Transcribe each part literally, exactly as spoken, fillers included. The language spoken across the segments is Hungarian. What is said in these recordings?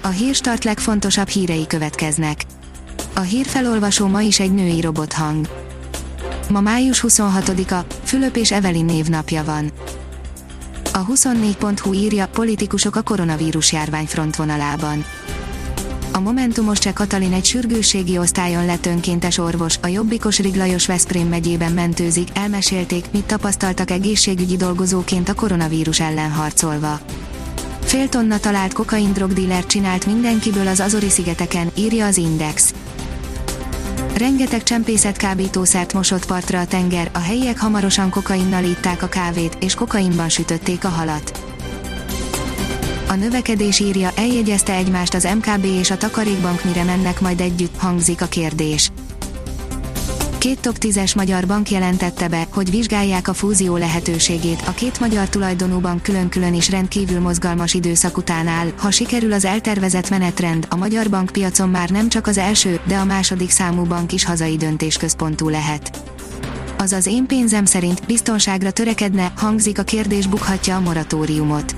A Hírstart legfontosabb hírei következnek. A hírfelolvasó ma is egy női robothang. Ma május huszonhatodika, Fülöp és Evelyn névnapja van. A huszonnégy pont hu írja, politikusok a koronavírus járvány frontvonalában. A Momentumos Cseh Katalin egy sürgősségi osztályon lett önkéntes orvos, a jobbikos Rig Lajos Veszprém megyében mentőzik, elmesélték, mit tapasztaltak egészségügyi dolgozóként a koronavírus ellen harcolva. Fél tonna talált kokain drogdílert csinált mindenkiből az Azori-szigeteken, írja az Index. Rengeteg csempészet kábítószert mosott partra a tenger, a helyiek hamarosan kokainnal itták a kávét, és kokainban sütötték a halat. A növekedés írja, eljegyezte egymást az em ká bé és a Takarékbank, mire mennek majd együtt, hangzik a kérdés. Két top tízes magyar bank jelentette be, hogy vizsgálják a fúzió lehetőségét, a két magyar tulajdonú bank külön-külön is rendkívül mozgalmas időszak után áll, ha sikerül az eltervezett menetrend, a magyar bankpiacon már nem csak az első, de a második számú bank is hazai döntésközpontú lehet. Az az én pénzem szerint biztonságra törekedne, hangzik a kérdés, bukhatja a moratóriumot.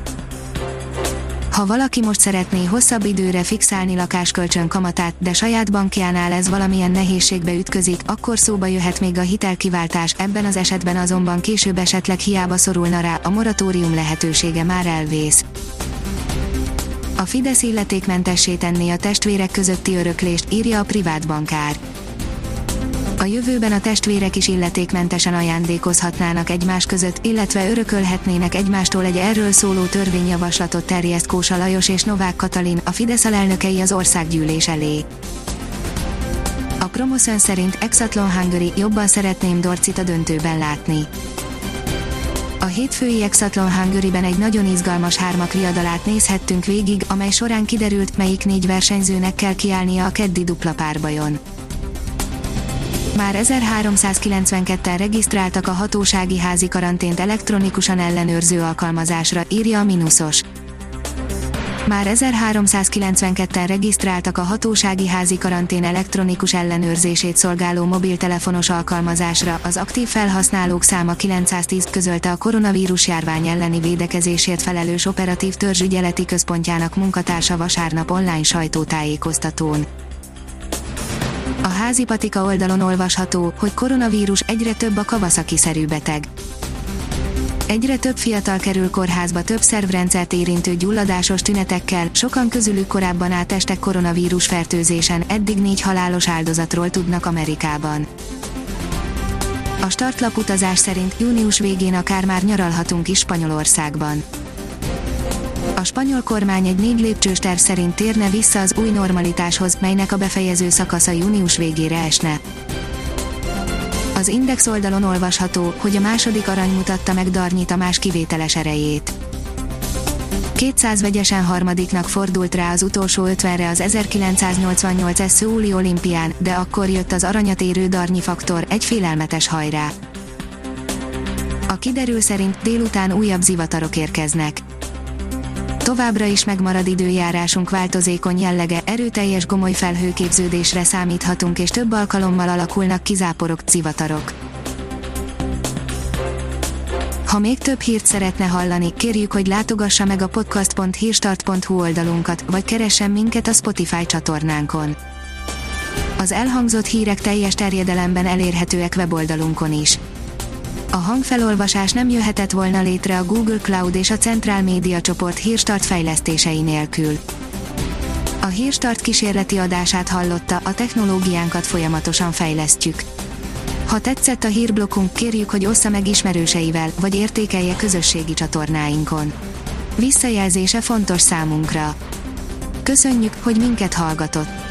Ha valaki most szeretné hosszabb időre fixálni lakáskölcsön kamatát, de saját bankjánál ez valamilyen nehézségbe ütközik, akkor szóba jöhet még a hitelkiváltás, ebben az esetben azonban később esetleg hiába szorulna rá, a moratórium lehetősége már elvész. A Fidesz illetékmentessé tenné a testvérek közötti öröklést, írja a privát bankár. A jövőben a testvérek is illetékmentesen ajándékozhatnának egymás között, illetve örökölhetnének egymástól. Egy erről szóló törvényjavaslatot terjeszt Kósa Lajos és Novák Katalin, a Fidesz alelnökei az országgyűlés elé. A Promoszön szerint Exatlon Hungary, jobban szeretném Dorcit a döntőben látni. A hétfői Exatlon Hungaryben egy nagyon izgalmas hármak viadalát nézhettünk végig, amely során kiderült, melyik négy versenyzőnek kell kiállnia a keddi dupla párbajon. Már ezerháromszázkilencvenketten regisztráltak a hatósági házi karantént elektronikusan ellenőrző alkalmazásra, írja a Minusos. Már ezerháromszázkilencvenketten regisztráltak a hatósági házi karantén elektronikus ellenőrzését szolgáló mobiltelefonos alkalmazásra, az aktív felhasználók száma kilencszáztíz, közölte a koronavírus járvány elleni védekezésért felelős operatív törzsügyeleti központjának munkatársa vasárnap online sajtótájékoztatón. A Házi Patika oldalon olvasható, hogy koronavírus, egyre több a Kawasaki-szerű beteg. Egyre több fiatal kerül kórházba több szervrendszert érintő gyulladásos tünetekkel, sokan közülük korábban átestek koronavírus fertőzésen, eddig négy halálos áldozatról tudnak Amerikában. A startlap utazás szerint június végén akár már nyaralhatunk is Spanyolországban. A spanyol kormány egy négy lépcsős terv szerint térne vissza az új normalitáshoz, melynek a befejező szakasza június végére esne. Az Index oldalon olvasható, hogy a második arany mutatta meg Darnyi Tamás kivételes erejét. kétszáz vegyesen harmadiknak fordult rá az utolsó ötvenre az ezerkilencszáznyolcvannyolcas szöuli olimpián, de akkor jött az aranyat érő Darnyi faktor, egy félelmetes hajrá. A kiderül szerint délután újabb zivatarok érkeznek. Továbbra is megmarad időjárásunk változékony jellege, erőteljes gomoly felhőképződésre számíthatunk, és több alkalommal alakulnak ki záporok, zivatarok. Ha még több hírt szeretne hallani, kérjük, hogy látogassa meg a podcast pont hírstart pont hu oldalunkat, vagy keressen minket a Spotify csatornánkon. Az elhangzott hírek teljes terjedelemben elérhetőek weboldalunkon is. A hangfelolvasás nem jöhetett volna létre a Google Cloud és a Centrál Média csoport Hírstart fejlesztései nélkül. A Hírstart kísérleti adását hallotta, a technológiánkat folyamatosan fejlesztjük. Ha tetszett a hírblokkunk, kérjük, hogy ossza meg ismerőseivel, vagy értékelje közösségi csatornáinkon. Visszajelzése fontos számunkra. Köszönjük, hogy minket hallgatott!